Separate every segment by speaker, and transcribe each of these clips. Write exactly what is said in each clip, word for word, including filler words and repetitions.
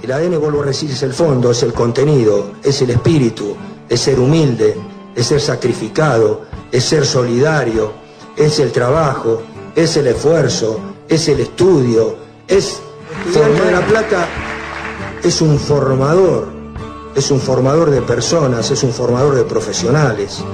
Speaker 1: El A D N, vuelvo a decir, es el fondo, es el contenido, es el espíritu, es ser humilde, es ser sacrificado, es ser solidario, es el trabajo, es el esfuerzo, es el estudio, es... Estudiante de La Plata es un formador, es un formador de personas, es un formador de profesionales.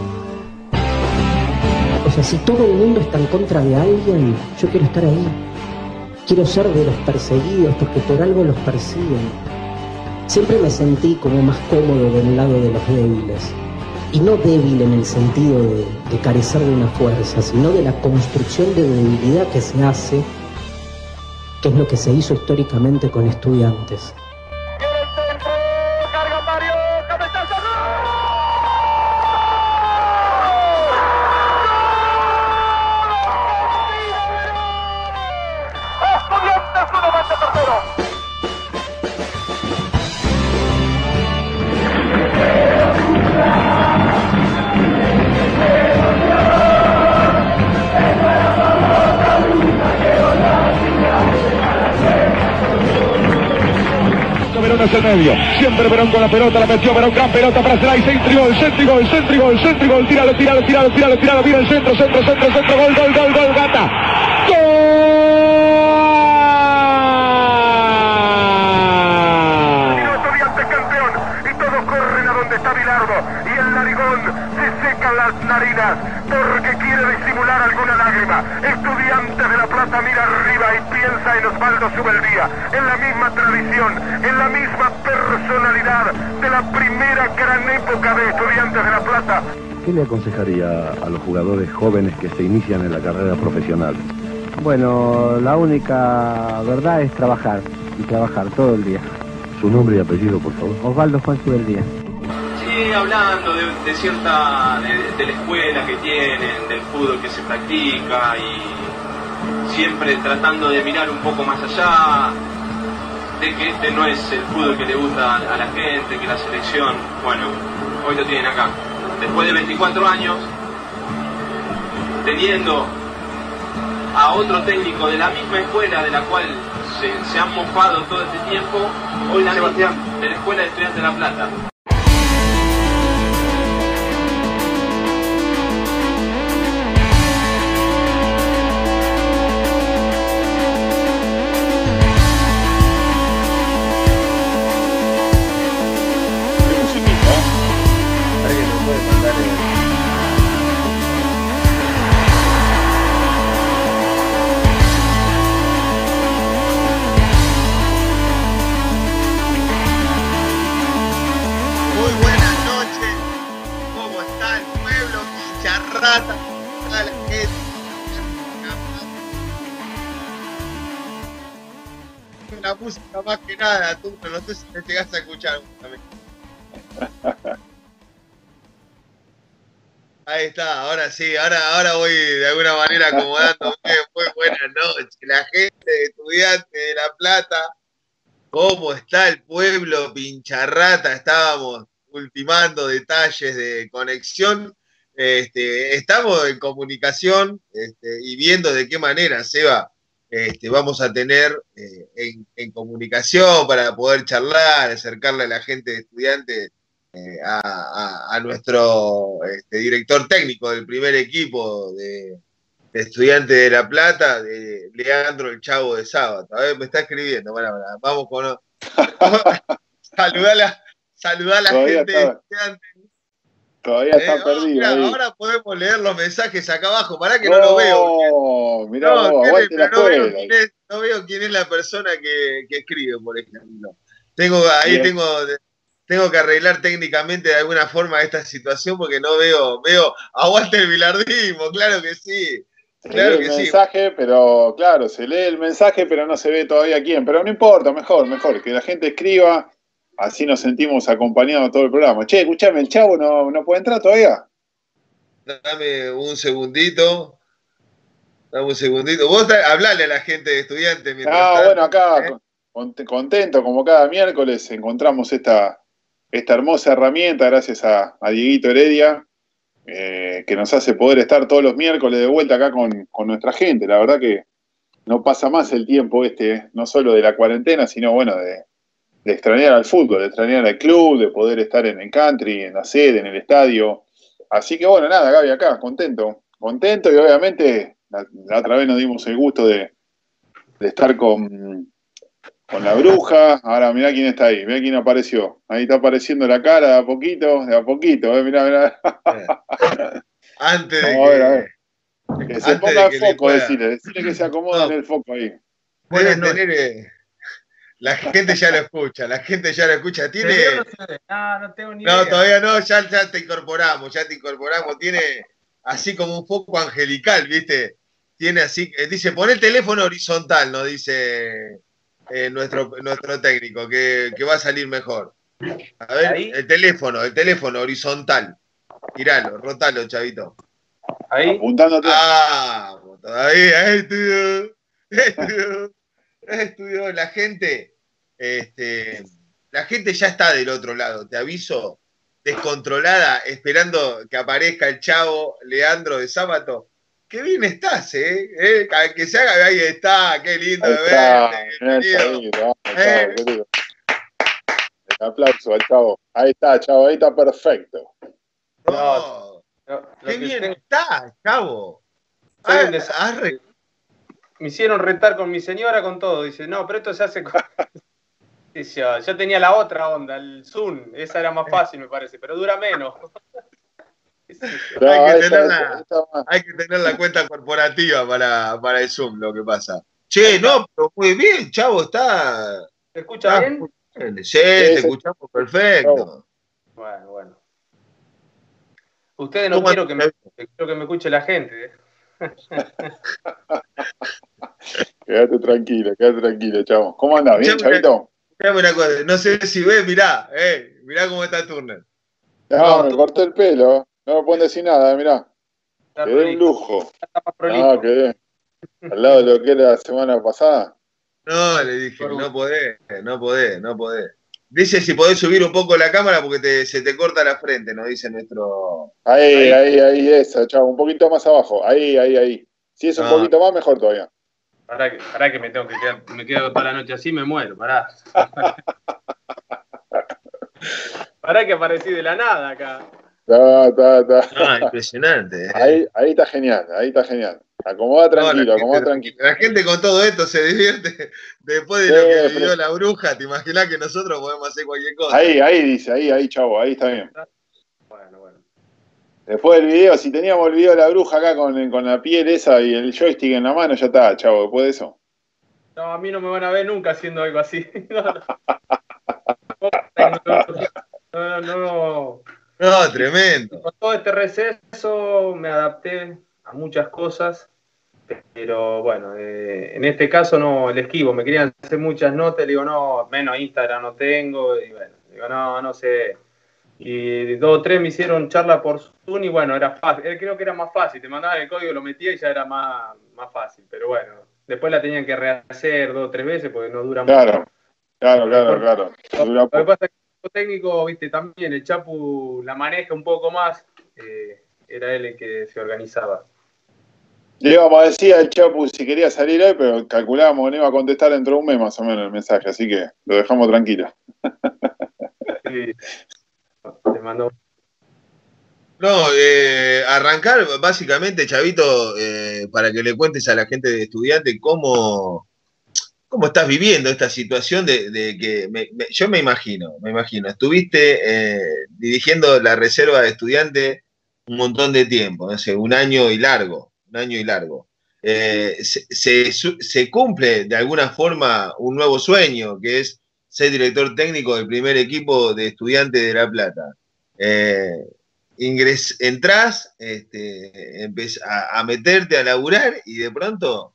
Speaker 2: O sea, si todo el mundo está en contra de alguien, yo quiero estar ahí. Quiero ser de los perseguidos, porque por algo los persiguen. Siempre me sentí como más cómodo del lado de los débiles. Y no débil en el sentido de, de carecer de una fuerza, sino de la construcción de debilidad que se hace, que es lo que se hizo históricamente con Estudiantes.
Speaker 3: Verón hacia el medio, siempre Verón con la pelota, la metió Verón, gran pelota para Celay, centro, centro, centro, centro, tíralo, tíralo, tíralo, tíralo, tíralo, tira el centro, centro, centro, centro, gol, gol, gol, gol, gata.
Speaker 4: Estudiantes campeón y todos corren a donde está Bilardo y el narigón se secan las narinas porque quiere disimular alguna lágrima. Estudiantes de La Plata mira arriba y piensa en Osvaldo Subeldía, en la misma tradición, en la misma personalidad de la primera gran época de Estudiantes de La Plata.
Speaker 5: ¿Qué le aconsejaría a los jugadores jóvenes que se inician en la carrera profesional?
Speaker 6: Bueno, la única verdad es trabajar, y trabajar todo el día.
Speaker 5: Su nombre y apellido, por favor.
Speaker 6: Osvaldo Juan Subeldía.
Speaker 7: Sí, hablando de, de cierta, de, de la escuela que tienen, del fútbol que se practica y siempre tratando de mirar un poco más allá, de que este no es el fútbol que le gusta a la gente, que la selección, bueno, hoy lo tienen acá. Después de veinticuatro años, teniendo a otro técnico de la misma escuela de la cual se, se han mofado todo este tiempo, hoy la Sebastián de la Escuela de Estudiantes de La Plata.
Speaker 8: La música más que nada, tú no sé si me llegas a escuchar. Ahí está, ahora sí, ahora, ahora voy de alguna manera acomodándome. Muy buenas noches, la gente de Estudiantes de La Plata. ¿Cómo está el pueblo Pincharrata? Estábamos ultimando detalles de conexión. Este, estamos en comunicación este, y viendo de qué manera, Seba, este, vamos a tener eh, en, en comunicación para poder charlar, acercarle a la gente de Estudiantes eh, a, a, a nuestro este, director técnico del primer equipo de, de Estudiantes de La Plata, de Leandro el Chavo de Sábado. A ver, me está escribiendo, bueno, bueno, vamos con... saludar a la, saludar a la gente
Speaker 9: está,
Speaker 8: de Estudiantes.
Speaker 9: Todavía está eh, perdido.
Speaker 8: Mirá, ahora podemos leer los mensajes acá abajo, pará que no, no lo veo.
Speaker 9: Mirá,
Speaker 8: no,
Speaker 9: vos,
Speaker 8: ¿qué le,
Speaker 9: la
Speaker 8: no, veo quién es, no veo quién es la persona que, que escribe, por ejemplo. Tengo, ahí tengo, tengo que arreglar técnicamente de alguna forma esta situación porque no veo, veo, aguante el bilardismo, claro que sí.
Speaker 9: Se
Speaker 8: claro
Speaker 9: lee
Speaker 8: que
Speaker 9: el
Speaker 8: sí.
Speaker 9: mensaje, pero claro, se lee el mensaje, pero no se ve todavía quién. Pero no importa, mejor, mejor, que la gente escriba, así nos sentimos acompañados todo el programa. Che, escuchame, ¿el Chavo no, no puede entrar todavía?
Speaker 8: Dame un segundito. Dame un segundito. Vos hablale a la gente de Estudiantes mientras
Speaker 9: Ah,
Speaker 8: tanto,
Speaker 9: bueno, acá
Speaker 8: ¿eh?
Speaker 9: Contento, como cada miércoles, encontramos esta, esta hermosa herramienta gracias a, a Dieguito Heredia, eh, que nos hace poder estar todos los miércoles de vuelta acá con, con nuestra gente. La verdad que no pasa más el tiempo este, no solo de la cuarentena, sino bueno, de, de extrañar al fútbol, de extrañar al club, de poder estar en el country, en la sede, en el estadio. Así que bueno, nada, Gaby, acá, contento. Contento y obviamente la, la otra vez nos dimos el gusto de, de estar con, con la bruja. Ahora mirá quién está ahí, mirá quién apareció. Ahí está apareciendo la cara de a poquito, de a poquito, eh, mirá, mirá.
Speaker 8: Antes de
Speaker 9: Vamos a ver, a ver.
Speaker 8: que,
Speaker 9: Que se
Speaker 8: antes
Speaker 9: ponga
Speaker 8: de
Speaker 9: el
Speaker 8: que le
Speaker 9: foco,
Speaker 8: pueda-
Speaker 9: decirle, decirle que se acomode
Speaker 8: No.
Speaker 9: en el foco ahí.
Speaker 8: Deben tener, eh, la gente ya lo escucha, la gente ya lo escucha. Tiene,
Speaker 10: ¿Se ve o no se ve? No, no tengo ni
Speaker 8: no,
Speaker 10: idea.
Speaker 8: todavía no, ya, ya te incorporamos, ya te incorporamos. Tiene así como un foco angelical, ¿viste? Tiene así, eh, dice, pon el teléfono horizontal, nos dice eh, nuestro, nuestro técnico, que, que va a salir mejor. A ver,
Speaker 10: Ahí.
Speaker 8: el teléfono, el teléfono horizontal. Tiralo, rotalo, chavito.
Speaker 10: Ahí.
Speaker 9: Apuntándote.
Speaker 8: Ah, todavía, eh, estudió, estudió, estudió. La gente, este, la gente ya está del otro lado, te aviso, descontrolada, esperando que aparezca el chavo Leandro de Sábato. Qué bien estás, ¿eh? ¿Eh? Que se haga, ahí está, qué lindo
Speaker 9: Ahí
Speaker 8: de
Speaker 9: está,
Speaker 8: verte,
Speaker 9: mirá,
Speaker 8: bienvenido.
Speaker 9: Chavito, vamos,
Speaker 8: Eh.
Speaker 9: chavo, querido. El aplauso al chavo. Ahí está, chavo, ahí está perfecto.
Speaker 8: No,
Speaker 10: Lo- lo
Speaker 8: qué
Speaker 10: que
Speaker 8: bien
Speaker 10: tengo-
Speaker 8: estás, chavo.
Speaker 10: soy un
Speaker 8: Ah,
Speaker 10: desastre.
Speaker 8: has re-
Speaker 10: Me hicieron retar con mi señora con todo. Dice, no, pero esto se hace con... Dice, yo, yo tenía la otra onda, el Zoom. Esa era más fácil, me parece, pero dura menos.
Speaker 9: No,
Speaker 8: Hay que
Speaker 9: esta-
Speaker 8: tener
Speaker 9: esta-
Speaker 8: la-
Speaker 9: esta más.
Speaker 8: Hay que tener la cuenta corporativa para, para el Zoom, lo que pasa. Che, no, pero muy bien, chavo, está.
Speaker 10: ¿Se escucha
Speaker 8: está
Speaker 10: bien?
Speaker 8: muy bien. Sí, te
Speaker 9: sí.
Speaker 8: escuchamos perfecto.
Speaker 10: Bueno, bueno. Ustedes no
Speaker 8: ¿Cómo
Speaker 10: quiero que, me,
Speaker 8: andás?
Speaker 10: quiero que me escuche la gente. ¿eh?
Speaker 9: Quédate tranquilo, quédate tranquilo, chavo. ¿Cómo andás? ¿Bien,
Speaker 8: Escuchame una-
Speaker 9: chavito?
Speaker 8: escuchame una cosa, no sé si ves, mirá, eh, mirá cómo está Turner.
Speaker 9: No,
Speaker 10: No,
Speaker 9: me
Speaker 10: tú-
Speaker 9: corté el pelo. No me pueden decir nada, mirá.
Speaker 10: Está
Speaker 9: Quedé un
Speaker 10: prolijo,
Speaker 9: lujo.
Speaker 10: está más prolijo.
Speaker 9: No, quedé. Al lado de lo que era la semana pasada.
Speaker 8: No, le dije, no podés, no podés, no podés. Dice si podés subir un poco la cámara porque te- se te corta la frente, nos dice nuestro.
Speaker 9: Ahí, ahí, ahí, esa, chavo. Un poquito más abajo. Ahí, ahí, ahí. Si es un
Speaker 8: Ah.
Speaker 9: poquito más, mejor todavía.
Speaker 10: Pará que, pará que me tengo que quedar, me quedo toda la noche así, me muero, pará. Pará que aparecí de la nada acá.
Speaker 9: Está, está, está.
Speaker 8: Ah, impresionante. eh.
Speaker 9: Ahí, ahí está genial, ahí está genial. Acomoda
Speaker 8: No,
Speaker 9: tranquilo,
Speaker 8: la,
Speaker 9: acomoda
Speaker 8: gente,
Speaker 9: tranquilo.
Speaker 8: la gente con todo esto se divierte después de
Speaker 9: Sí,
Speaker 8: lo que
Speaker 9: pero-
Speaker 8: vivió la bruja. ¿Te imaginas que nosotros podemos hacer cualquier cosa?
Speaker 9: Ahí, ahí dice, ahí, ahí, chavo, ahí está bien.
Speaker 10: Bueno, bueno.
Speaker 9: Después del video, si teníamos el video de la bruja acá con, con la piel esa y el joystick en la mano, ya está, chavo, después de eso.
Speaker 10: No, a mí no me van a ver nunca haciendo algo así. No, no, no, no.
Speaker 8: No, tremendo.
Speaker 10: Con todo este receso me adapté a muchas cosas, pero bueno, eh, en este caso no, el esquivo, me querían hacer muchas notas, le digo, no, menos Instagram no tengo, y bueno, digo, no, no sé. Y dos o tres me hicieron charla por Zoom y bueno, era fácil, eh, creo que era más fácil, te mandaban el código, lo metía y ya era más, más fácil, pero bueno, después la tenían que rehacer dos o tres veces porque no dura
Speaker 9: Claro,
Speaker 10: mucho.
Speaker 9: claro, claro, claro. Dura
Speaker 10: Lo que
Speaker 9: poco.
Speaker 10: pasa es que el técnico, viste, también el Chapu la maneja un poco más, eh, era él el que se organizaba.
Speaker 9: Le íbamos a decir al Chapu si quería salir hoy, pero calculábamos que no iba a contestar dentro de un mes más o menos el mensaje, así que lo dejamos tranquilo.
Speaker 10: Sí. Te mandó.
Speaker 8: No, eh, arrancar básicamente, Chavito, eh, para que le cuentes a la gente de estudiante cómo, cómo estás viviendo esta situación de, de que me- me- yo me imagino, me imagino, estuviste eh, dirigiendo la reserva de estudiante un montón de tiempo, no sé, un año y largo, un año y largo. Eh, se, se, su- se cumple de alguna forma un nuevo sueño, que es ser director técnico del primer equipo de Estudiantes de La Plata. Eh, ingres, entrás este, empez- a, a meterte a laburar y de pronto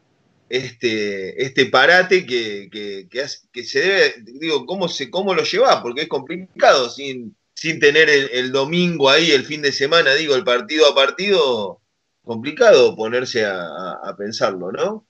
Speaker 8: este, este parate que, que, que, hace- que se debe, digo, ¿cómo, se, cómo lo llevás? Porque es complicado sin, sin tener el, el domingo ahí, el fin de semana, digo, el partido a partido, complicado ponerse a, a- a pensarlo, ¿no?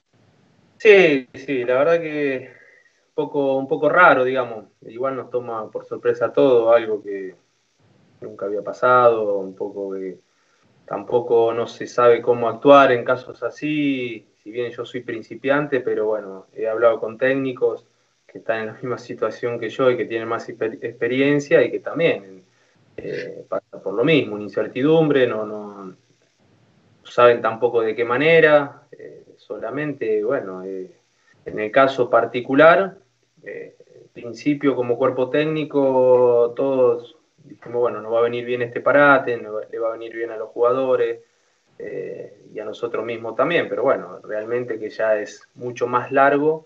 Speaker 10: Sí, sí, la verdad que un poco, un poco raro, digamos. Igual nos toma por sorpresa todo, algo que nunca había pasado, un poco que tampoco no se sabe cómo actuar en casos así. Si bien yo soy principiante, pero bueno, he hablado con técnicos que están en la misma situación que yo y que tienen más experiencia y que también eh, pasa por lo mismo, una incertidumbre, no, no, no saben tampoco de qué manera, eh, solamente, bueno, eh, en el caso particular, eh, en principio como cuerpo técnico, todos dijimos, bueno, nos va a venir bien este parate, no, le va a venir bien a los jugadores, eh, y a nosotros mismos también, pero bueno, realmente que ya es mucho más largo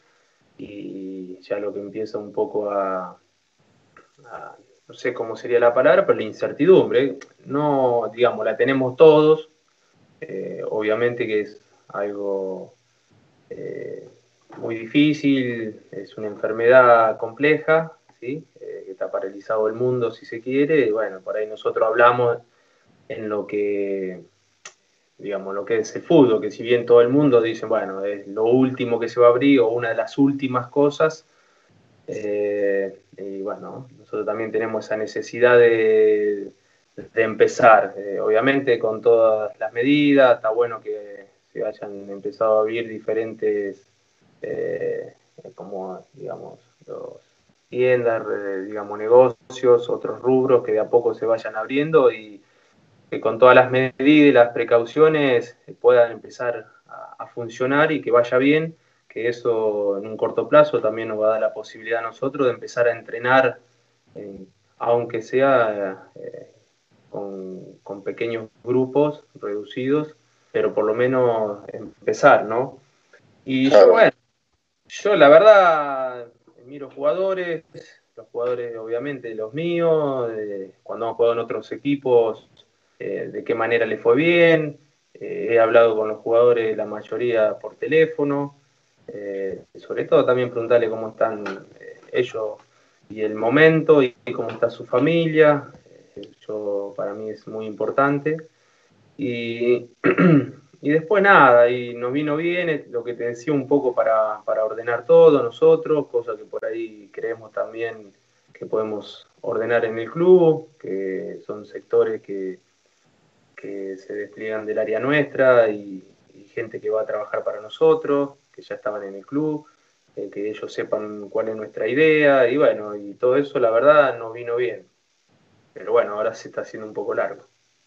Speaker 10: y ya lo que empieza un poco a, a no sé cómo sería la palabra, pero la incertidumbre, no, digamos, la tenemos todos, eh, obviamente que es algo eh, muy difícil, es una enfermedad compleja, ¿sí? Eh, que está paralizado el mundo si se quiere, y bueno, por ahí nosotros hablamos en lo que, digamos, lo que es el fútbol, que si bien todo el mundo dice, bueno, es lo último que se va a abrir o una de las últimas cosas, eh, y bueno, nosotros también tenemos esa necesidad de, de empezar, eh, obviamente con todas las medidas, está bueno que se hayan empezado a abrir diferentes, eh, como, digamos, los tiendas, eh, digamos, negocios, otros rubros que de a poco se vayan abriendo y que con todas las medidas y las precauciones puedan empezar a, a funcionar y que vaya bien, que eso en un corto plazo también nos va a dar la posibilidad a nosotros de empezar a entrenar, eh, aunque sea eh, con, con pequeños grupos reducidos, pero por lo menos empezar, ¿no? Y yo, bueno, yo la verdad miro jugadores, los jugadores obviamente los míos, eh, cuando han jugado en otros equipos, eh, de qué manera les fue bien, eh, he hablado con los jugadores, la mayoría por teléfono, eh, sobre todo también preguntarle cómo están eh, ellos y el momento y, y cómo está su familia, eh, yo, para mí es muy importante. Y, y después nada, y nos vino bien lo que te decía un poco para, para ordenar todo nosotros, cosa que por ahí creemos también que podemos ordenar en el club, que son sectores que, que se despliegan del área nuestra y, y gente que va a trabajar para nosotros, que ya estaban en el club, eh, que ellos sepan cuál es nuestra idea, y bueno, y todo eso la verdad nos vino bien. Pero bueno, ahora se está haciendo un poco largo.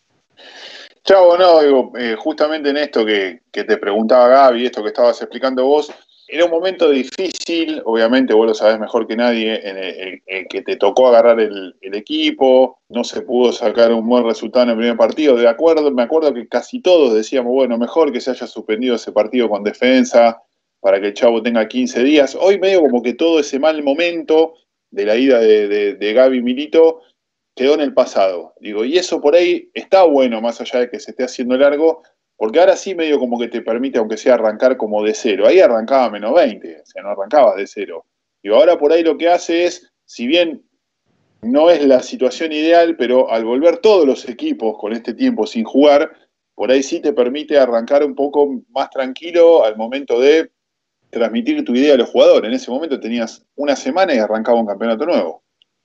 Speaker 9: Chavo, no, digo, eh, justamente en esto que, que te preguntaba Gaby, esto que estabas explicando vos, era un momento difícil, obviamente vos lo sabés mejor que nadie, en el, en el que te tocó agarrar el, el equipo, no se pudo sacar un buen resultado en el primer partido, de acuerdo, me acuerdo que casi todos decíamos, bueno, mejor que se haya suspendido ese partido con Defensa, para que el Chavo tenga quince días, hoy medio como que todo ese mal momento de la ida de, de, de Gaby Milito quedó en el pasado, digo, y eso por ahí está bueno, más allá de que se esté haciendo largo, porque ahora sí medio como que te permite, aunque sea arrancar como de cero, ahí arrancaba menos veinte, o sea, no arrancabas de cero, digo, ahora por ahí lo que hace es, si bien no es la situación ideal, pero al volver todos los equipos con este tiempo sin jugar, por ahí sí te permite arrancar un poco más tranquilo al momento de transmitir tu idea a los jugadores. En ese momento tenías una semana y arrancaba un campeonato nuevo.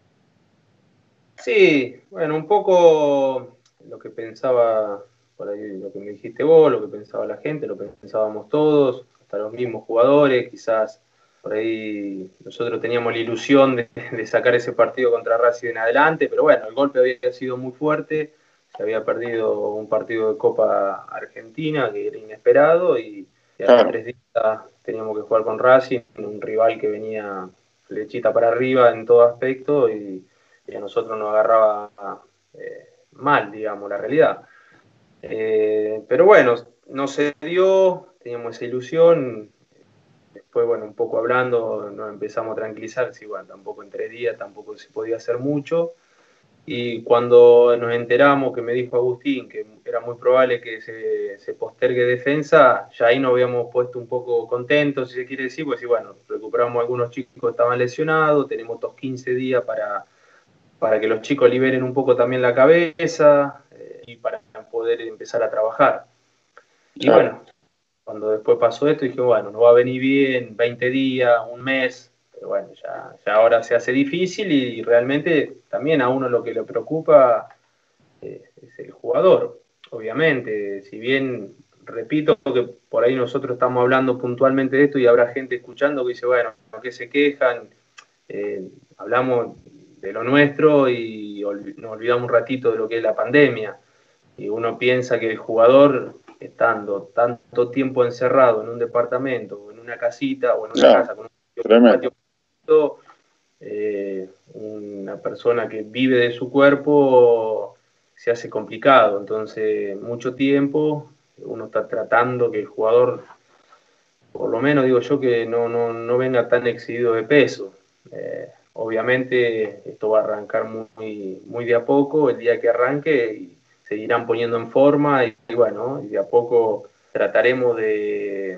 Speaker 10: Sí, bueno, un poco lo que pensaba, por ahí lo que me dijiste vos, lo que pensaba la gente, lo que pensábamos todos, hasta los mismos jugadores, quizás por ahí nosotros teníamos la ilusión de, de sacar ese partido contra Racing en adelante, pero bueno, el golpe había sido muy fuerte, se había perdido un partido de Copa Argentina que era inesperado y, y a los tres días teníamos que jugar con Racing, un rival que venía flechita para arriba en todo aspecto y y a nosotros nos agarraba eh, mal, digamos, la realidad. Eh, pero bueno, no se dio, teníamos esa ilusión, después, bueno, un poco hablando, nos empezamos a tranquilizar, sí, bueno, tampoco en tres días, tampoco se podía hacer mucho, y cuando nos enteramos que me dijo Agustín que era muy probable que se, se postergue Defensa, ya ahí nos habíamos puesto un poco contentos, si se quiere decir, pues sí, bueno, recuperamos algunos chicos que estaban lesionados, tenemos estos quince días para para que los chicos liberen un poco también la cabeza eh, y para poder empezar a trabajar. Y claro, bueno, cuando después pasó esto dije, bueno, nos va a venir bien veinte días, un mes, pero bueno, ya, ya ahora se hace difícil y realmente también a uno lo que le preocupa eh, es el jugador, obviamente, si bien, repito, que por ahí nosotros estamos hablando puntualmente de esto y habrá gente escuchando que dice, bueno, ¿por qué se quejan? eh, hablamos de lo nuestro y ol- nos olvidamos un ratito de lo que es la pandemia. Y uno piensa que el jugador, estando tanto tiempo encerrado en un departamento, o en una casita, o en una
Speaker 9: No,
Speaker 10: casa con un patio, eh, una persona que vive de su cuerpo se hace complicado. Entonces, mucho tiempo uno está tratando que el jugador, por lo menos digo yo, que no, no, no venga tan excedido de peso. Eh, obviamente esto va a arrancar muy, muy de a poco, el día que arranque y se irán poniendo en forma y, y bueno, y de a poco trataremos de,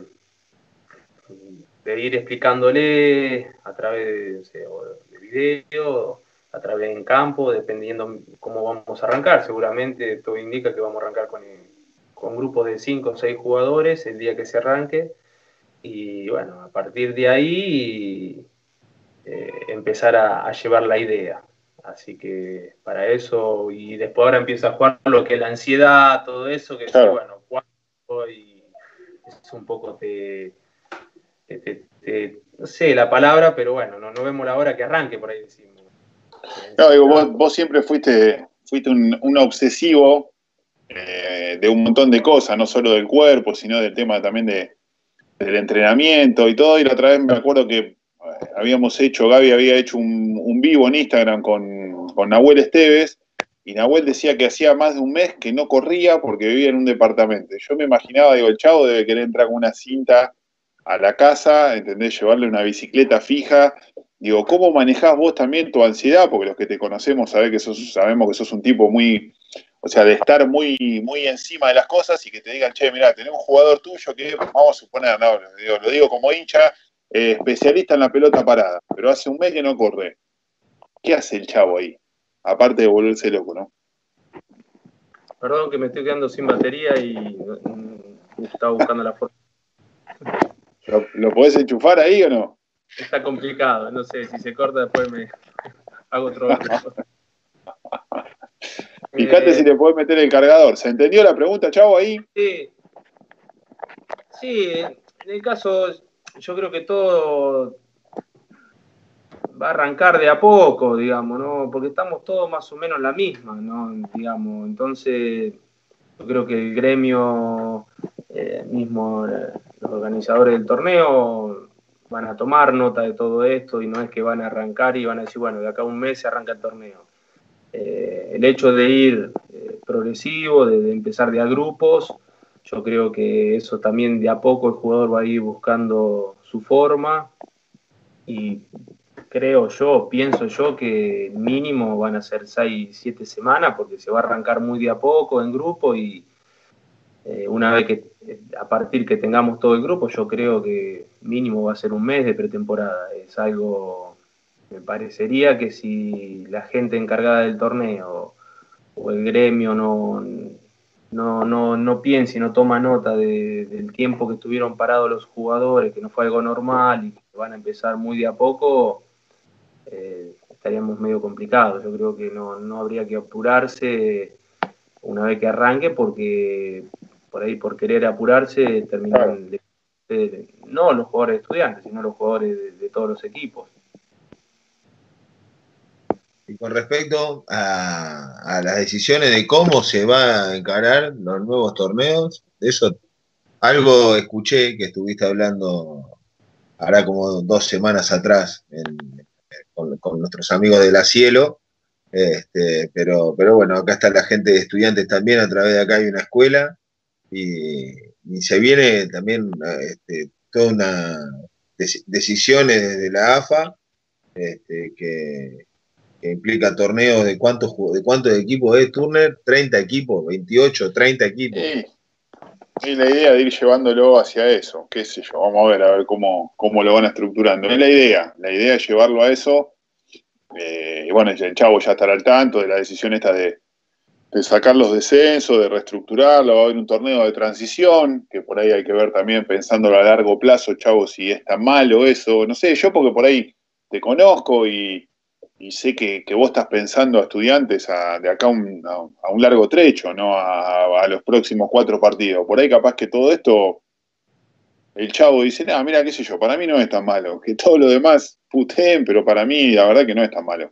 Speaker 10: de ir explicándole a través de, de video, a través en campo, dependiendo cómo vamos a arrancar. Seguramente todo indica que vamos a arrancar con, con grupos de cinco o seis jugadores el día que se arranque. Y bueno, a partir de ahí eh, empezar a, a llevar la idea. Así que para eso, y después ahora empieza a jugar lo que es la ansiedad, todo eso, que
Speaker 9: Claro.
Speaker 10: sí, bueno, cuando y es un poco te, te, te, te- no sé la palabra, pero bueno, no, no vemos la hora que arranque, por ahí decimos.
Speaker 9: No, digo, vos, vos siempre fuiste, fuiste un, un obsesivo eh, de un montón de cosas, no solo del cuerpo, sino del tema también de, del entrenamiento y todo. Y la otra vez me acuerdo que eh, habíamos hecho, Gaby había hecho un, un vivo en Instagram con, con Nahuel Esteves, y Nahuel decía que hacía más de un mes que no corría porque vivía en un departamento. Yo me imaginaba, digo, el chavo debe querer entrar con una cinta a la casa, ¿entendés? Llevarle una bicicleta fija. Digo, ¿cómo manejás vos también tu ansiedad? Porque los que te conocemos sabés que sos, sabemos que sos un tipo muy, o sea, de estar muy, muy encima de las cosas y que te digan, che, mirá, tenés un jugador tuyo que, vamos a suponer, no, lo digo, lo digo como hincha, eh, especialista en la pelota parada, pero hace un mes que no corre. ¿Qué hace el chavo ahí? Aparte de volverse loco, ¿no?
Speaker 10: Perdón que me estoy quedando sin batería y mm, estaba buscando la forma.
Speaker 9: ¿Lo, lo podés enchufar ahí o no?
Speaker 10: Está complicado, no sé, si se corta después me hago otro.
Speaker 9: Fíjate
Speaker 10: Eh,
Speaker 9: si le podés meter el cargador. ¿Se entendió la pregunta, chavo, ahí?
Speaker 10: Sí, sí, en el caso, yo creo que todo va a arrancar de a poco, digamos, ¿no? Porque estamos todos más o menos en la misma, ¿no? Digamos, entonces, yo creo que el gremio, eh, mismo eh, los organizadores del torneo, van a tomar nota de todo esto y no es que van a arrancar y van a decir, bueno, de acá a un mes se arranca el torneo. Eh, el hecho de ir eh, progresivo, de, de empezar de a grupos, yo creo que eso también de a poco el jugador va a ir buscando su forma y creo yo, pienso yo que mínimo van a ser seis, siete semanas porque se va a arrancar muy de a poco en grupo y eh, una vez que, a partir que tengamos todo el grupo, yo creo que mínimo va a ser un mes de pretemporada. Es algo, me parecería que si la gente encargada del torneo o el gremio no, no, no, no piensa y no toma nota de, del tiempo que estuvieron parados los jugadores, que no fue algo normal y que van a empezar muy de a poco, eh, estaríamos medio complicados. Yo creo que no, no habría que apurarse una vez que arranque porque por ahí por querer apurarse terminan de, de, de, no los jugadores estudiantes, sino los jugadores de, de todos los equipos.
Speaker 8: Y con respecto a, a las decisiones de cómo se va a encarar los nuevos torneos, de eso algo escuché que estuviste hablando hará como dos semanas atrás en, con, con nuestros amigos de la Cielo, este, pero, pero bueno, acá está la gente de estudiantes también, a través de acá hay una escuela y, y se viene también este, toda una des, decisiones desde la A F A este, que que implica torneos de cuántos de cuántos equipos es Turner, treinta equipos, veintiocho, treinta equipos.
Speaker 9: Y, y la idea de ir llevándolo hacia eso, qué sé yo, vamos a ver, a ver cómo, cómo lo van estructurando. Es la idea, la idea es llevarlo a eso, eh, y bueno, el chavo ya estará al tanto de la decisión esta de, de sacar los descensos, de reestructurarlo, va a haber un torneo de transición, que por ahí hay que ver también, pensándolo a largo plazo, chavo, si es tan malo eso, no sé, yo porque por ahí te conozco y y sé que, que vos estás pensando a estudiantes a, de acá un, a, a un largo trecho, ¿no? A, a los próximos cuatro partidos. Por ahí capaz que todo esto el Chavo dice, ah, mira, qué sé yo, para mí no es tan malo. Que todo lo demás puteen, pero para mí la verdad que no es tan malo.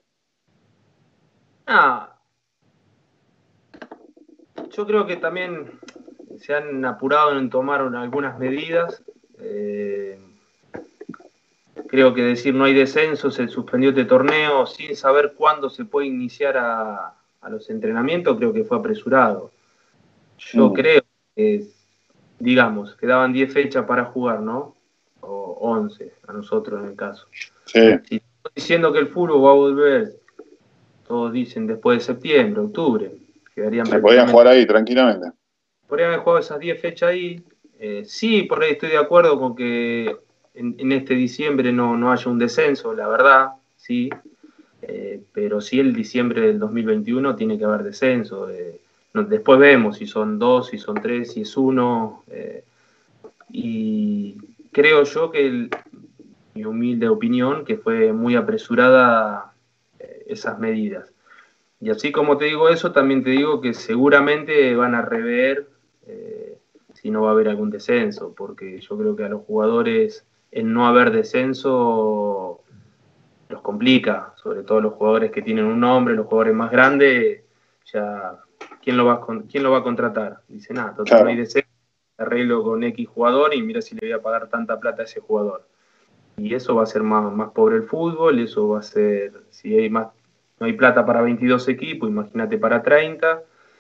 Speaker 10: Ah, yo creo que también se han apurado en tomar algunas medidas. Eh, creo que decir no hay descenso, se suspendió este torneo sin saber cuándo se puede iniciar a, a los entrenamientos, creo que fue apresurado. Yo mm. creo que, digamos, quedaban diez fechas para jugar, ¿no? O once, a nosotros en el caso.
Speaker 9: Sí.
Speaker 10: Si estoy diciendo que el fútbol va a volver, todos dicen después de septiembre, octubre, quedarían
Speaker 9: se podían jugar ahí tranquilamente.
Speaker 10: Podrían haber jugado esas diez fechas ahí. Eh, sí, por ahí estoy de acuerdo con que en, en este diciembre no, no haya un descenso, la verdad, sí. Eh, pero sí el diciembre del dos mil veintiuno tiene que haber descenso. Eh, no, después vemos si son dos, si son tres, si es uno. Eh, y creo yo que, el, mi humilde opinión, que fue muy apresurada eh, esas medidas. Y así como te digo eso, también te digo que seguramente van a rever eh, si no va a haber algún descenso, porque yo creo que a los jugadores el no haber descenso los complica, sobre todo los jugadores que tienen un nombre, los jugadores más grandes, ya ¿quién lo va a, quién lo va a contratar? Dice, nada, total, claro. No hay descenso, arreglo con X jugador y mira si le voy a pagar tanta plata a ese jugador. Y eso va a ser más, más pobre el fútbol, eso va a ser, si hay más, no hay plata para veintidós equipos, imagínate para treinta.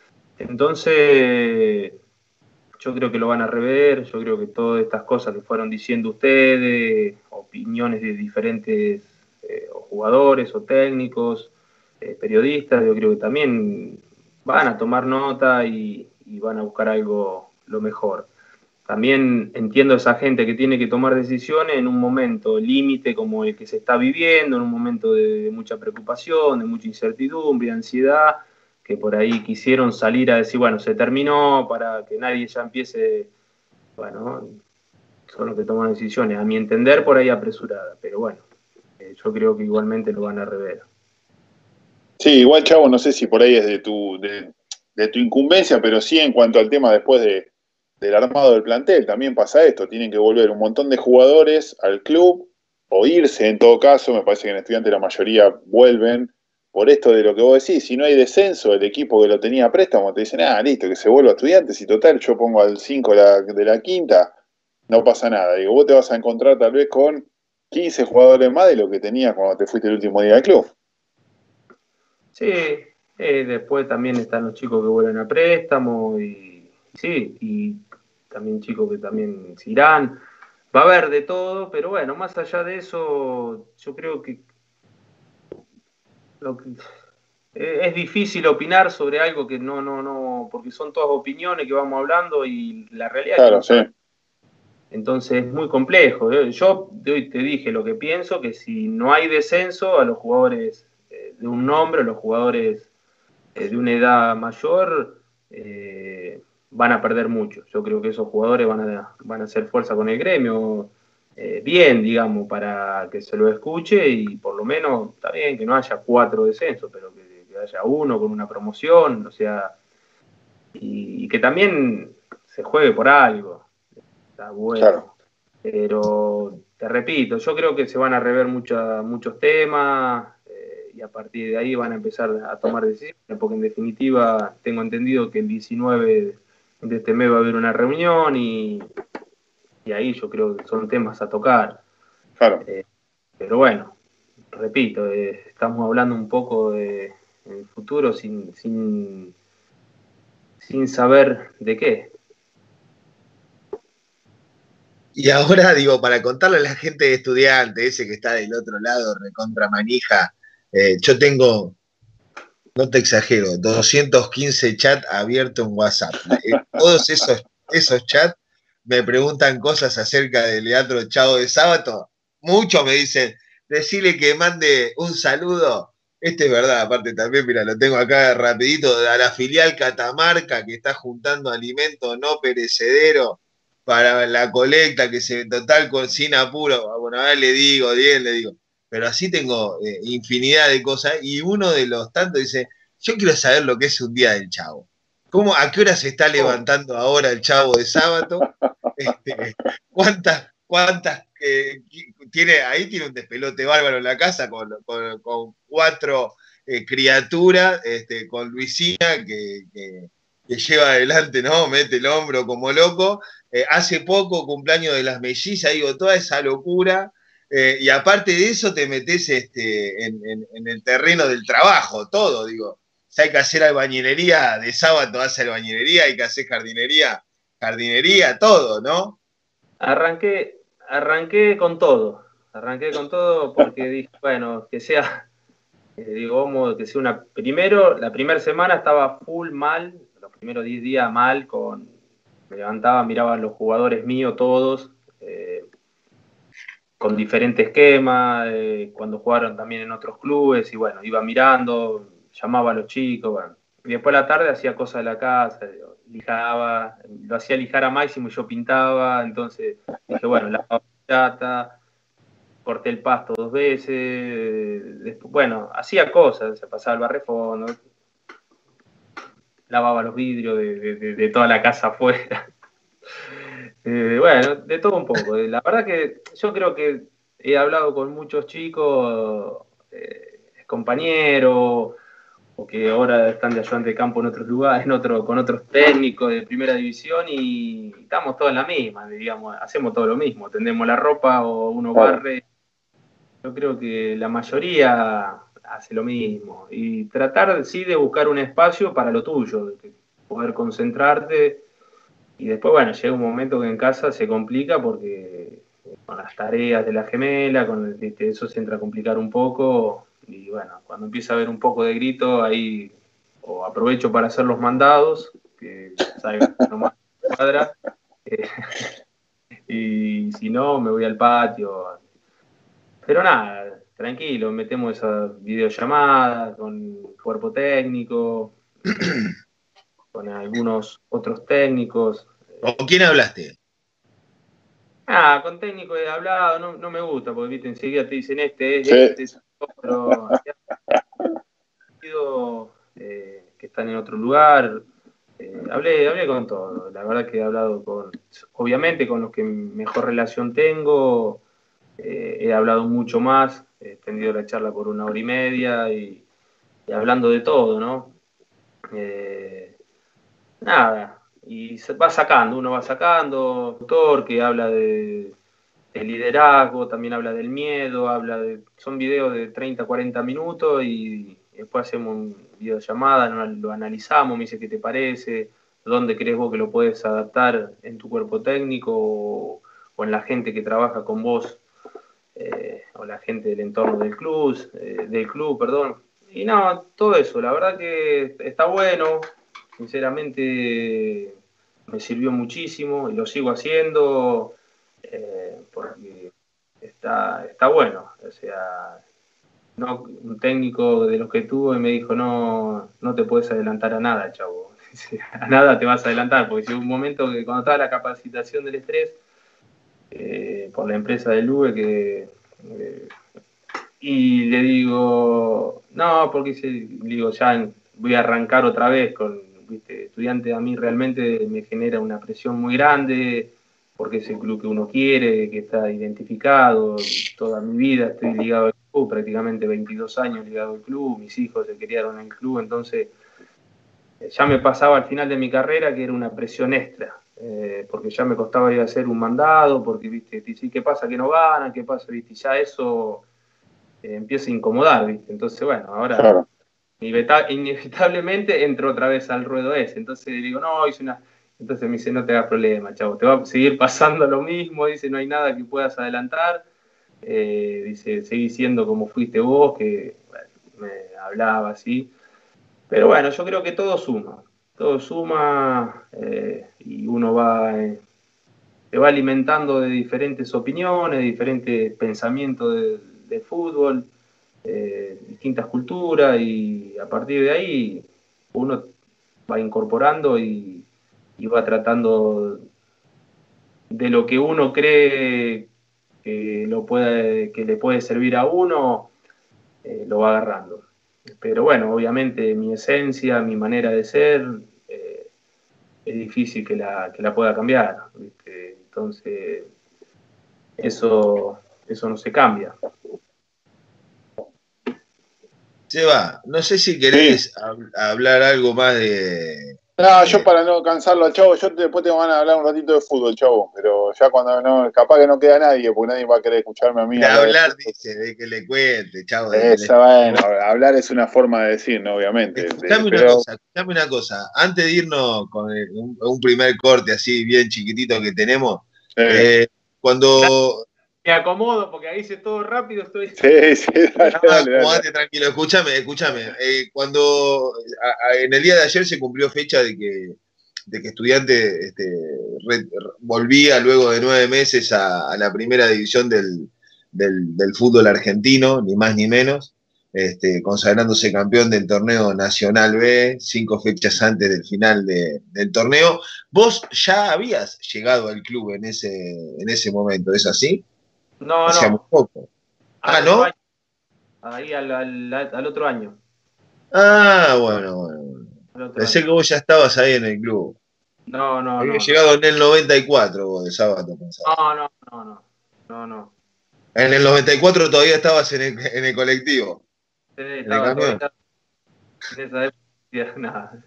Speaker 10: Entonces, yo creo que lo van a rever, yo creo que todas estas cosas que fueron diciendo ustedes, opiniones de diferentes eh, o jugadores o técnicos, eh, periodistas, yo creo que también van a tomar nota y, y van a buscar algo lo mejor. También entiendo a esa gente que tiene que tomar decisiones en un momento límite como el que se está viviendo, en un momento de, de mucha preocupación, de mucha incertidumbre, ansiedad, que por ahí quisieron salir a decir, bueno, se terminó para que nadie ya empiece, bueno, son los que toman decisiones, a mi entender por ahí apresurada, pero bueno, eh, yo creo que igualmente lo van a rever.
Speaker 9: Sí, igual Chavo, no sé si por ahí es de tu, de, de tu incumbencia, pero sí en cuanto al tema después de del armado del plantel, también pasa esto, tienen que volver un montón de jugadores al club, o irse en todo caso, me parece que en Estudiantes la mayoría vuelven, por esto de lo que vos decís, si no hay descenso, el equipo que lo tenía a préstamo te dicen, ah, listo, que se vuelva a Estudiantes, y total, yo pongo al cinco de la, de la quinta, no pasa nada, digo, vos te vas a encontrar tal vez con quince jugadores más de lo que tenías cuando te fuiste el último día del club.
Speaker 10: Sí, eh, después también están los chicos que vuelven a préstamo, y sí, y también chicos que también se irán, va a haber de todo, pero bueno, más allá de eso, yo creo que, lo que es difícil opinar sobre algo que no, no, no, porque son todas opiniones que vamos hablando y la realidad
Speaker 9: claro,
Speaker 10: es que
Speaker 9: sí.
Speaker 10: Entonces es muy complejo. Yo hoy te dije lo que pienso, que si no hay descenso a los jugadores de un nombre, a los jugadores de una edad mayor, eh, van a perder mucho. Yo creo que esos jugadores van a, van a hacer fuerza con el gremio, eh, bien, digamos, para que se lo escuche y por lo menos, está bien que no haya cuatro descensos, pero que, que haya uno con una promoción, o sea, y, y que también se juegue por algo. Está bueno. Claro. Pero, te repito, yo creo que se van a rever mucha, muchos temas eh, y a partir de ahí van a empezar a tomar decisiones, porque en definitiva tengo entendido que el diecinueve de este mes va a haber una reunión y, y ahí yo creo que son temas a tocar.
Speaker 9: Claro.
Speaker 10: Eh, pero bueno, repito, eh, estamos hablando un poco de el futuro sin, sin, sin saber de qué.
Speaker 8: Y ahora, digo, para contarle a la gente de Estudiantes, ese que está del otro lado, recontra manija, eh, yo tengo, no te exagero, doscientos quince chats abiertos en WhatsApp. Eh, todos esos, esos chats me preguntan cosas acerca del Teatro Chavo de Sábato. Muchos me dicen, decirle que mande un saludo. Este es verdad, aparte también, mira, lo tengo acá rapidito, a la filial Catamarca que está juntando alimento no perecedero para la colecta, que se total con sin apuro. Bueno, a ver, le digo, bien, le digo. Pero así tengo eh, infinidad de cosas. Y uno de los tantos dice, yo quiero saber lo que es un día del Chavo. ¿Cómo, a qué hora se está levantando ahora el Chavo de Sábado? Este, ¿Cuántas, cuántas eh, tiene? Ahí tiene un despelote bárbaro en la casa con, con, con cuatro eh, criaturas, este, con Luisina que, que, que lleva adelante, ¿no? Mete el hombro como loco. Eh, hace poco, cumpleaños de las mellizas, digo, toda esa locura. Eh, y aparte de eso, te metes este, en, en, en el terreno del trabajo, todo, digo. Si hay que hacer albañilería, de sábado hace albañilería, hay que hacer jardinería, jardinería, todo, ¿no?
Speaker 10: Arranqué, arranqué con todo, arranqué con todo porque dije, bueno, que sea, eh, digo, vamos, que sea una, primero, la primera semana estaba full mal, los primeros diez días mal, con, me levantaba, miraba a los jugadores míos todos, eh, con diferentes esquemas, eh, cuando jugaron también en otros clubes, y bueno, iba mirando, llamaba a los chicos, bueno. Y después a la tarde hacía cosas de la casa, lijaba, lo hacía lijar a Máximo y yo pintaba, entonces dije, bueno, lavaba la chata, corté el pasto dos veces, después, bueno, hacía cosas, se pasaba el barrefondo, lavaba los vidrios de, de, de, de toda la casa afuera. Eh, bueno, de todo un poco. La verdad que yo creo que he hablado con muchos chicos, eh, compañeros, o que ahora están de ayudante de campo en otros lugares, en otro, con otros técnicos de primera división, y estamos todos en la misma, digamos, hacemos todo lo mismo, tendemos la ropa o uno barre. Yo creo que la mayoría hace lo mismo. Y tratar, sí, de buscar un espacio para lo tuyo, de poder concentrarte. Y después, bueno, llega un momento que en casa se complica porque con las tareas de la gemela, con el, eso se entra a complicar un poco. Y bueno, cuando empieza a haber un poco de grito, ahí o aprovecho para hacer los mandados, que salga nomás de la cuadra, eh, y si no, me voy al patio. Pero nada, tranquilo, metemos esa videollamada con cuerpo técnico, con algunos otros técnicos.
Speaker 8: ¿Con quién hablaste?
Speaker 10: Ah, con técnico he hablado, no, no me gusta, porque viste, enseguida te dicen este,
Speaker 9: Sí.
Speaker 10: este, este, otro. Eh, que están en otro lugar. Eh, hablé, hablé con todo. La verdad que he hablado con, obviamente, con los que mejor relación tengo. Eh, he hablado mucho más, he extendido la charla por una hora y media y, y hablando de todo, ¿no? Eh, nada. Y se va sacando, uno va sacando, doctor que habla de, de liderazgo, también habla del miedo, habla de, son videos de treinta, cuarenta minutos y después hacemos un videollamada, lo analizamos, me dice qué te parece, dónde crees vos que lo puedes adaptar en tu cuerpo técnico o, o en la gente que trabaja con vos, eh, o la gente del entorno del club, eh, del club, perdón. Y no, todo eso, la verdad que está bueno. Sinceramente me sirvió muchísimo y lo sigo haciendo eh, porque está, está bueno. O sea, no, un técnico de los que tuve me dijo, no, no te puedes adelantar a nada, chavo. A nada te vas a adelantar, porque llegó un momento que cuando estaba la capacitación del estrés, eh, por la empresa del U B E, que... Eh, y le digo, no, porque se, digo, ya voy a arrancar otra vez con, viste, estudiante a mí realmente me genera una presión muy grande, porque es el club que uno quiere, que está identificado, toda mi vida estoy ligado al club, prácticamente veintidós años ligado al club, mis hijos se criaron en el club, entonces ya me pasaba al final de mi carrera que era una presión extra, eh, porque ya me costaba ir a hacer un mandado, porque, viste, ¿qué pasa que no ganan? ¿Qué pasa? ¿Viste? Ya eso... Eh, empieza a incomodar, ¿viste? Entonces, bueno, ahora claro. Inevitablemente entro otra vez al ruedo ese. Entonces digo, no, hice una... Entonces me dice, no te hagas problema, chavo, te va a seguir pasando lo mismo, dice, no hay nada que puedas adelantar. Eh, dice, seguí siendo como fuiste vos, que bueno, me hablaba así. Pero bueno, yo creo que todo suma, todo suma eh, y uno va... Eh, se va alimentando de diferentes opiniones, de diferentes pensamientos de, de fútbol, eh, distintas culturas, y a partir de ahí uno va incorporando y, y va tratando de lo que uno cree que, lo puede, que le puede servir a uno, eh, lo va agarrando. Pero bueno, obviamente mi esencia, mi manera de ser, eh, es difícil que la, que la pueda cambiar, ¿viste? Entonces, eso, eso no se cambia.
Speaker 8: Seba, no sé si querés sí. hab hablar algo más de...
Speaker 9: No,
Speaker 8: de...
Speaker 9: yo para no cansarlo al Chavo, yo después tengo ganas de hablar un ratito de fútbol, Chavo, pero ya cuando no, capaz que no queda nadie, porque nadie va a querer escucharme a mí.
Speaker 8: De hablar, de dice, de que le cuente, Chavo. De
Speaker 9: Esa, le... bueno, hablar es una forma de decir, ¿no? Obviamente.
Speaker 8: Escuchame de, una pero... cosa, escuchame una cosa, antes de irnos con el, un, un primer corte así bien chiquitito que tenemos, eh. Eh, cuando...
Speaker 10: Me acomodo porque ahí hice todo rápido, estoy...
Speaker 9: Sí, sí, dale,
Speaker 8: no,
Speaker 9: dale,
Speaker 8: acomodate tranquilo, escúchame, escúchame. Eh, cuando a, a, en el día de ayer se cumplió fecha de que, de que Estudiante este, re, volvía luego de nueve meses a, a la primera división del, del, del fútbol argentino, ni más ni menos, este, consagrándose campeón del torneo Nacional B, cinco fechas antes del final de, del torneo. Vos ya habías llegado al club en ese, en ese momento, ¿es así?
Speaker 10: No,
Speaker 8: Hacía
Speaker 10: no.
Speaker 8: muy poco. Ah,
Speaker 10: al
Speaker 8: ¿no?
Speaker 10: Año. Ahí al, al, al otro año.
Speaker 8: Ah, bueno, bueno. Pensé año. que vos ya estabas ahí en el club.
Speaker 10: No, no,
Speaker 8: Había
Speaker 10: no.
Speaker 8: llegado en el noventa y cuatro vos, de sábado.
Speaker 10: No, no, no, no. No, no.
Speaker 8: En el noventa y cuatro todavía estabas en el, en el colectivo.
Speaker 10: Sí, estaba en el camión. En esa época, nada.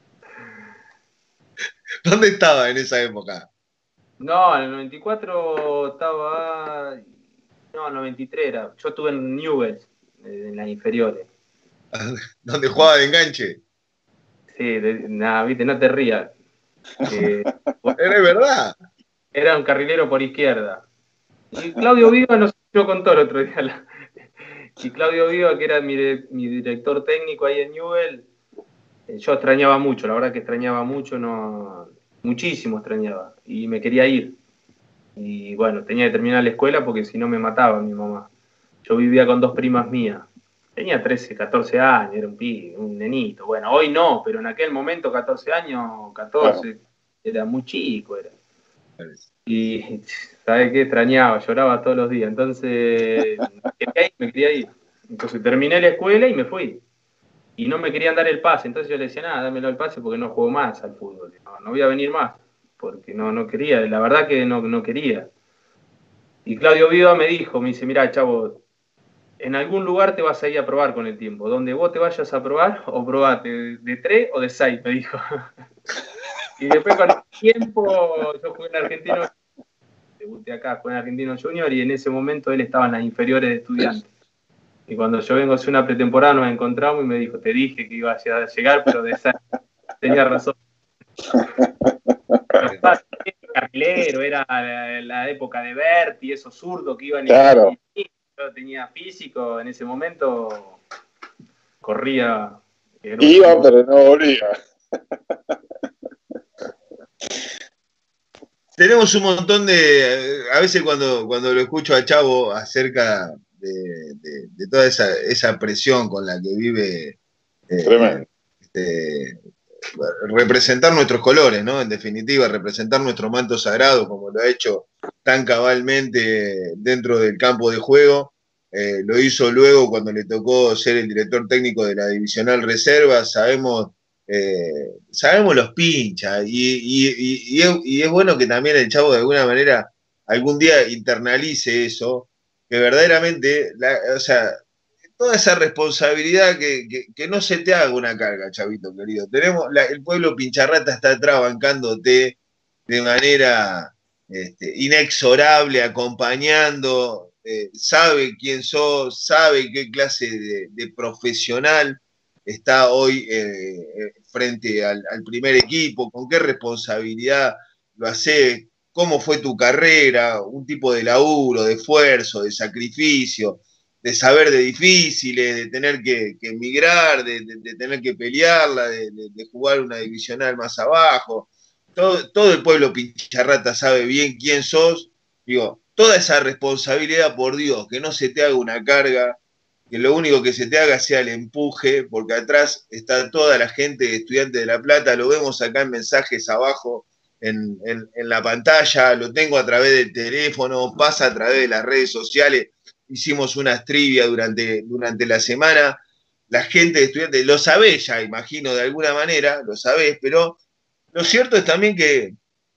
Speaker 8: ¿Dónde estaba en esa época?
Speaker 10: No, en el noventa y cuatro estaba... No, en el noventa y tres era. Yo estuve en Newell's, en las inferiores.
Speaker 8: ¿Dónde jugaba de enganche?
Speaker 10: Sí, de, nada, viste, no te rías. Eh,
Speaker 8: ¿Era verdad?
Speaker 10: Era un carrilero por izquierda. Y Claudio Viva nos lo contó el otro día. La, y Claudio Viva, que era mi, mi director técnico ahí en Newell's, yo extrañaba mucho, la verdad que extrañaba mucho, no... muchísimo extrañaba, y me quería ir. Y bueno, tenía que terminar la escuela porque si no me mataba mi mamá. Yo vivía con dos primas mías. Tenía trece, catorce años, era un pibe, un nenito. Bueno, hoy no, pero en aquel momento, catorce años, catorce, bueno. Era muy chico. Era. Y, ¿sabes qué? Extrañaba, lloraba todos los días. Entonces, me quería ir. Entonces terminé la escuela y me fui. Y no me querían dar el pase. Entonces yo le decía, nada, dámelo el pase porque no juego más al fútbol. No, no voy a venir más. Porque no, no quería, la verdad que no, no quería. Y Claudio Viva me dijo, me dice, mirá, Chavo, en algún lugar te vas a ir a probar con el tiempo. Donde vos te vayas a probar, o probate de, de tres o de seis, me dijo. Y después con el tiempo, yo jugué en Argentino, debuté acá, jugué en Argentino Junior, y en ese momento él estaba en las inferiores de Estudiantes. Y cuando yo vengo a hacer una pretemporada nos encontramos y me dijo, te dije que ibas a llegar, pero de seis. Tenía razón. Carrilero, era la, la época de Berti, esos zurdos que iban
Speaker 9: claro.
Speaker 10: Y yo tenía físico en ese momento, corría.
Speaker 9: Iba, pero no volvía.
Speaker 8: Tenemos un montón de, a veces cuando, cuando lo escucho a Chavo acerca de, de, de toda esa, esa presión con la que vive eh, este, representar nuestros colores, ¿no? En definitiva, representar nuestro manto sagrado, como lo ha hecho tan cabalmente dentro del campo de juego. Eh, lo hizo luego cuando le tocó ser el director técnico de la Divisional Reserva. Sabemos, eh, sabemos los pinchas, y, y, y, y, es, y es bueno que también el Chavo de alguna manera algún día internalice eso, que verdaderamente, la, o sea, toda esa responsabilidad, que, que, que no se te haga una carga, Chavito querido. Tenemos la, el pueblo pincharrata está atrás bancándote de manera este, inexorable, acompañando, eh, sabe quién sos, sabe qué clase de, de profesional está hoy eh, frente al, al primer equipo, con qué responsabilidad lo hace, cómo fue tu carrera, un tipo de laburo, de esfuerzo, de sacrificio, de saber de difíciles, de tener que, que emigrar, de, de, de tener que pelearla, de, de, de jugar una divisional más abajo. Todo, todo el pueblo pincharrata sabe bien quién sos. Digo, toda esa responsabilidad, por Dios, que no se te haga una carga, que lo único que se te haga sea el empuje, porque atrás está toda la gente de Estudiantes de La Plata, lo vemos acá en mensajes abajo en, en, en la pantalla, lo tengo a través del teléfono, pasa a través de las redes sociales. Hicimos unas trivia durante, durante la semana. La gente de Estudiantes, lo sabés ya, imagino, de alguna manera, lo sabés, pero lo cierto es también que,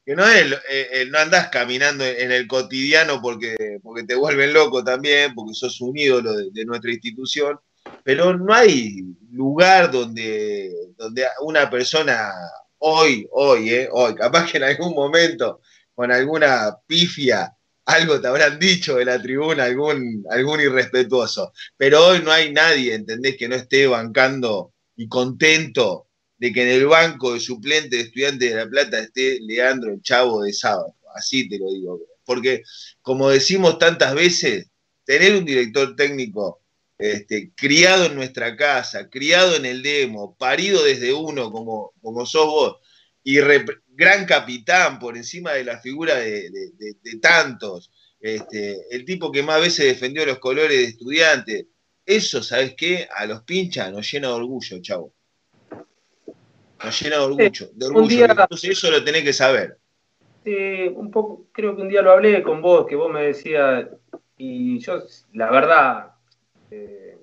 Speaker 8: que no es, eh, eh, no andás caminando en el cotidiano porque, porque te vuelven loco también, porque sos un ídolo de, de nuestra institución, pero no hay lugar donde, donde una persona hoy, hoy, eh, hoy, capaz que en algún momento, con alguna pifia, algo te habrán dicho de la tribuna, algún, algún irrespetuoso, pero hoy no hay nadie, ¿entendés?, que no esté bancando y contento de que en el banco de suplente de Estudiantes de La Plata esté Leandro el Chavo de Sábado, así te lo digo, porque como decimos tantas veces, tener un director técnico este, criado en nuestra casa, criado en el demo, parido desde uno como, como sos vos, y rep- gran capitán por encima de la figura de, de, de, de tantos, este, el tipo que más veces defendió los colores de Estudiantes, eso, ¿sabes qué? A los pinchas nos llena de orgullo, Chavo. Nos llena de orgullo, de orgullo.
Speaker 10: Un día,
Speaker 8: entonces eso lo tenés que saber.
Speaker 10: Eh, un poco, creo que un día lo hablé con vos, que vos me decías, y yo, la verdad, eh,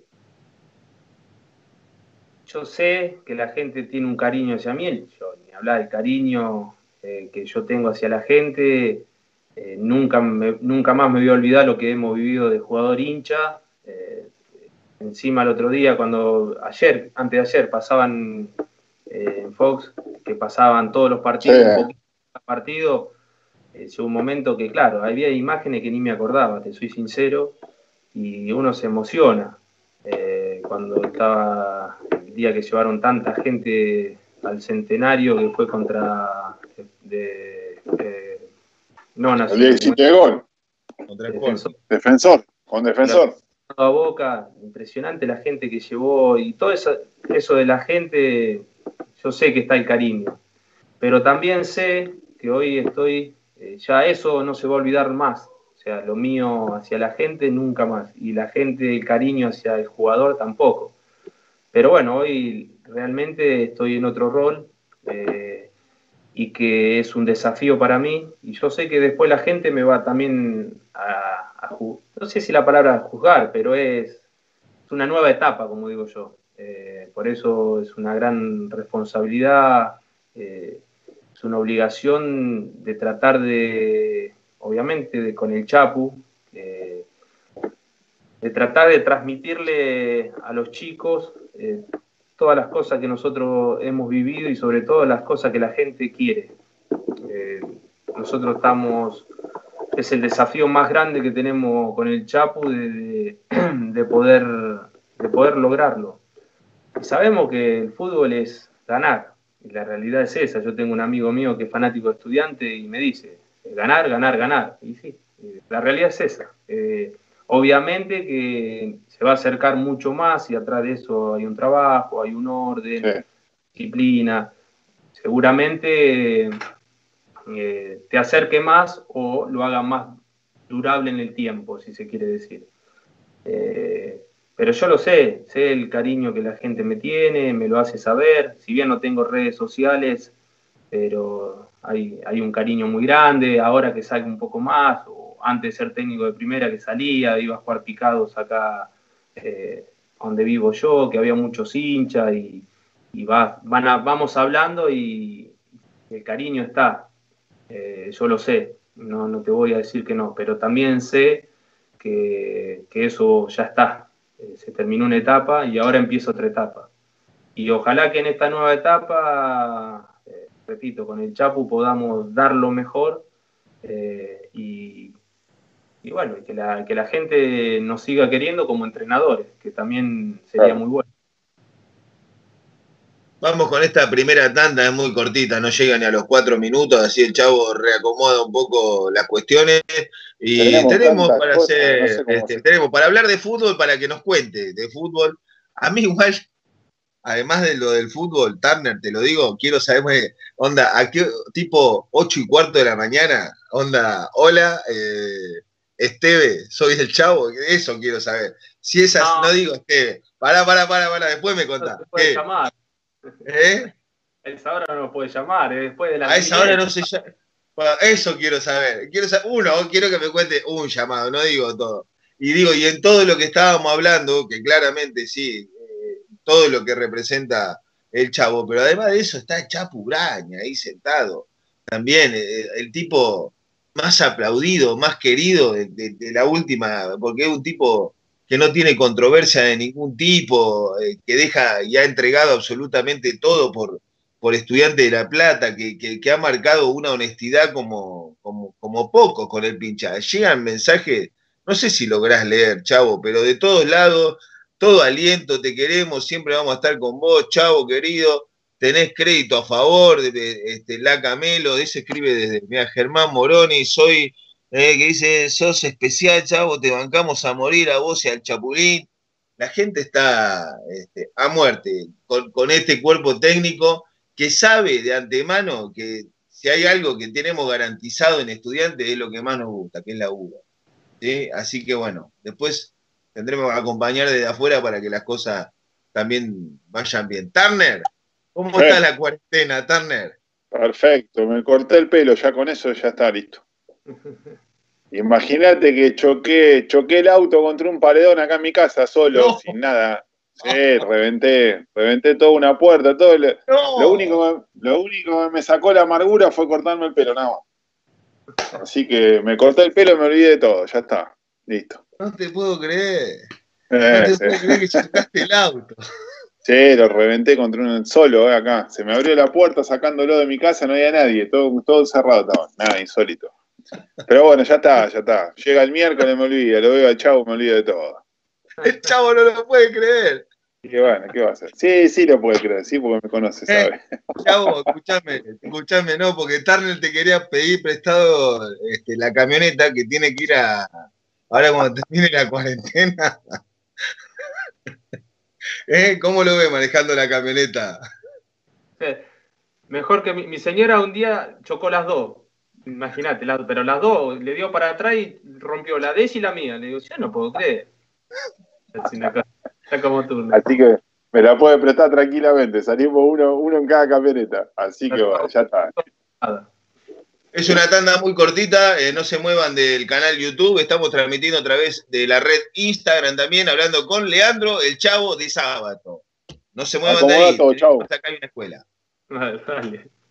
Speaker 10: yo sé que la gente tiene un cariño hacia mí, yo ni hablar del cariño eh, que yo tengo hacia la gente, eh, nunca, me, nunca más me voy a olvidar lo que hemos vivido de jugador hincha. Eh, encima el otro día, cuando ayer, antes de ayer, pasaban eh, en Fox, que pasaban todos los partidos, sí. un poquito cada partido, eh, llegó un momento que, claro, había imágenes que ni me acordaba, te soy sincero, y uno se emociona. Eh, cuando estaba el día que llevaron tanta gente al centenario, que fue contra de, de, no
Speaker 9: el día que hiciste gol
Speaker 10: contra el defensor.
Speaker 9: defensor con defensor
Speaker 10: a Boca, impresionante la gente que llevó, y todo eso, eso de la gente, yo sé que está el cariño, pero también sé que hoy estoy, eh, ya eso no se va a olvidar más. O sea, lo mío hacia la gente nunca más. Y la gente, el cariño hacia el jugador tampoco. Pero bueno, hoy realmente estoy en otro rol eh, y que es un desafío para mí. Y yo sé que después la gente me va también a, a juzgar. No sé si la palabra juzgar, pero es, es una nueva etapa, como digo yo. Eh, por eso es una gran responsabilidad, eh, es una obligación de tratar de... obviamente de, con el Chapu, eh, de tratar de transmitirle a los chicos eh, todas las cosas que nosotros hemos vivido y sobre todo las cosas que la gente quiere. Eh, nosotros estamos, es el desafío más grande que tenemos con el Chapu de, de, de, poder, de poder lograrlo. Y sabemos que el fútbol es ganar, y la realidad es esa. Yo tengo un amigo mío que es fanático de Estudiante y me dice, ganar, ganar, ganar. Y sí, la realidad es esa. Eh, obviamente que se va a acercar mucho más y atrás de eso hay un trabajo, hay un orden, sí. disciplina. Seguramente eh, te acerque más o lo haga más durable en el tiempo, si se quiere decir. Eh, pero yo lo sé, sé el cariño que la gente me tiene, me lo hace saber. Si bien no tengo redes sociales, pero hay, hay un cariño muy grande, ahora que salgo un poco más, o antes de ser técnico de primera que salía, iba a jugar picados acá eh, donde vivo yo, que había muchos hinchas, y, y va, van a, vamos hablando y el cariño está, eh, yo lo sé, no, no te voy a decir que no, pero también sé que, que eso ya está, eh, se terminó una etapa y ahora empieza otra etapa. Y ojalá que en esta nueva etapa... repito, con el Chapu podamos dar lo mejor eh, y, y bueno, que la, que la gente nos siga queriendo como entrenadores, que también sería claro. muy bueno.
Speaker 8: Vamos con esta primera tanda, es muy cortita, no llega ni a los cuatro minutos, así el Chavo reacomoda un poco las cuestiones y tenemos, tenemos para cosas, hacer, no sé este, tenemos para hablar de fútbol, para que nos cuente de fútbol. A mí igual, además de lo del fútbol, Turner, te lo digo, quiero saber, onda, a qué tipo ocho y cuarto de la mañana, onda, hola, eh, Esteve, soy el Chavo, eso quiero saber. Si es así, no, no digo Esteve, pará, pará, pará, pará, después me contás.
Speaker 10: No se puede llamar.
Speaker 8: ¿Eh?
Speaker 10: A esa hora no nos puede llamar, eh, después de la
Speaker 8: A esa hora no se llama. Eso quiero saber. Quiero saber, uno, quiero que me cuente un llamado, no digo todo. Y digo, y en todo lo que estábamos hablando, que claramente sí, todo lo que representa el Chavo, pero además de eso está Chapu Braña ahí sentado, también, eh, el tipo más aplaudido, más querido de, de, de la última, porque es un tipo que no tiene controversia de ningún tipo, eh, que deja y ha entregado absolutamente todo por, por Estudiante de La Plata, que, que, que ha marcado una honestidad como, como, como poco con el pincha. Llegan mensajes, no sé si lográs leer, Chavo, pero de todos lados, todo aliento, te queremos, siempre vamos a estar con vos, Chavo querido, tenés crédito a favor, de, de, este, La Camelo, ese escribe desde, mira, Germán Moroni, soy... Eh, que dice, sos especial, Chavo, te bancamos a morir a vos y al Chapulín. La gente está este, a muerte con, con este cuerpo técnico que sabe de antemano que si hay algo que tenemos garantizado en Estudiantes es lo que más nos gusta, que es la U B A. ¿Sí? Así que bueno, después tendremos que acompañar desde afuera para que las cosas también vayan bien. Turner, ¿cómo
Speaker 9: Eh.
Speaker 8: está la cuarentena, Turner?
Speaker 9: Perfecto, me corté el pelo, ya con eso ya está listo. Imagínate que choqué, choqué el auto contra un paredón acá en mi casa solo, no. sin nada. Sí, reventé, reventé toda una puerta, todo. El, no. Lo único, lo único que me sacó la amargura fue cortarme el pelo, nada más. Así que me corté el pelo y me olvidé de todo, ya está, listo.
Speaker 8: No te puedo creer. No te
Speaker 9: Eh,
Speaker 8: puedo
Speaker 9: sí.
Speaker 8: creer que chocaste el auto.
Speaker 9: Sí, lo reventé contra un solo eh, acá. Se me abrió la puerta sacándolo de mi casa, no había nadie, todo, todo cerrado estaba. Nada, insólito. Pero bueno, ya está, ya está. Llega el miércoles, me olvida, lo veo al Chavo, me olvido de todo.
Speaker 8: El Chavo no lo puede creer.
Speaker 9: Y bueno, ¿qué va a hacer? Sí, sí lo puede creer, sí, porque me conoce, ¿sabe?
Speaker 8: Eh, Chavo, escuchame, escuchame, no, porque Turner te quería pedir prestado este, la camioneta que tiene que ir a. Ahora cuando termine la cuarentena. ¿Eh? ¿Cómo lo ves manejando la camioneta?
Speaker 10: Mejor que mi, mi señora un día chocó las dos. Imagínate, la, pero las dos le dio para atrás y rompió la de ella y la mía. Le digo, yo no puedo creer. Está como tú. ¿No?
Speaker 9: Así que me la puede prestar tranquilamente. Salimos uno, uno en cada camioneta. Así que bueno, ya está.
Speaker 8: Es una tanda muy cortita, eh, no se muevan del canal YouTube, estamos transmitiendo a través de la red Instagram también, hablando con Leandro, el Chavo de Sábado. No se muevan de ahí,
Speaker 9: todo, Chavo.
Speaker 8: hasta acá hay una escuela.
Speaker 10: Vale, vale.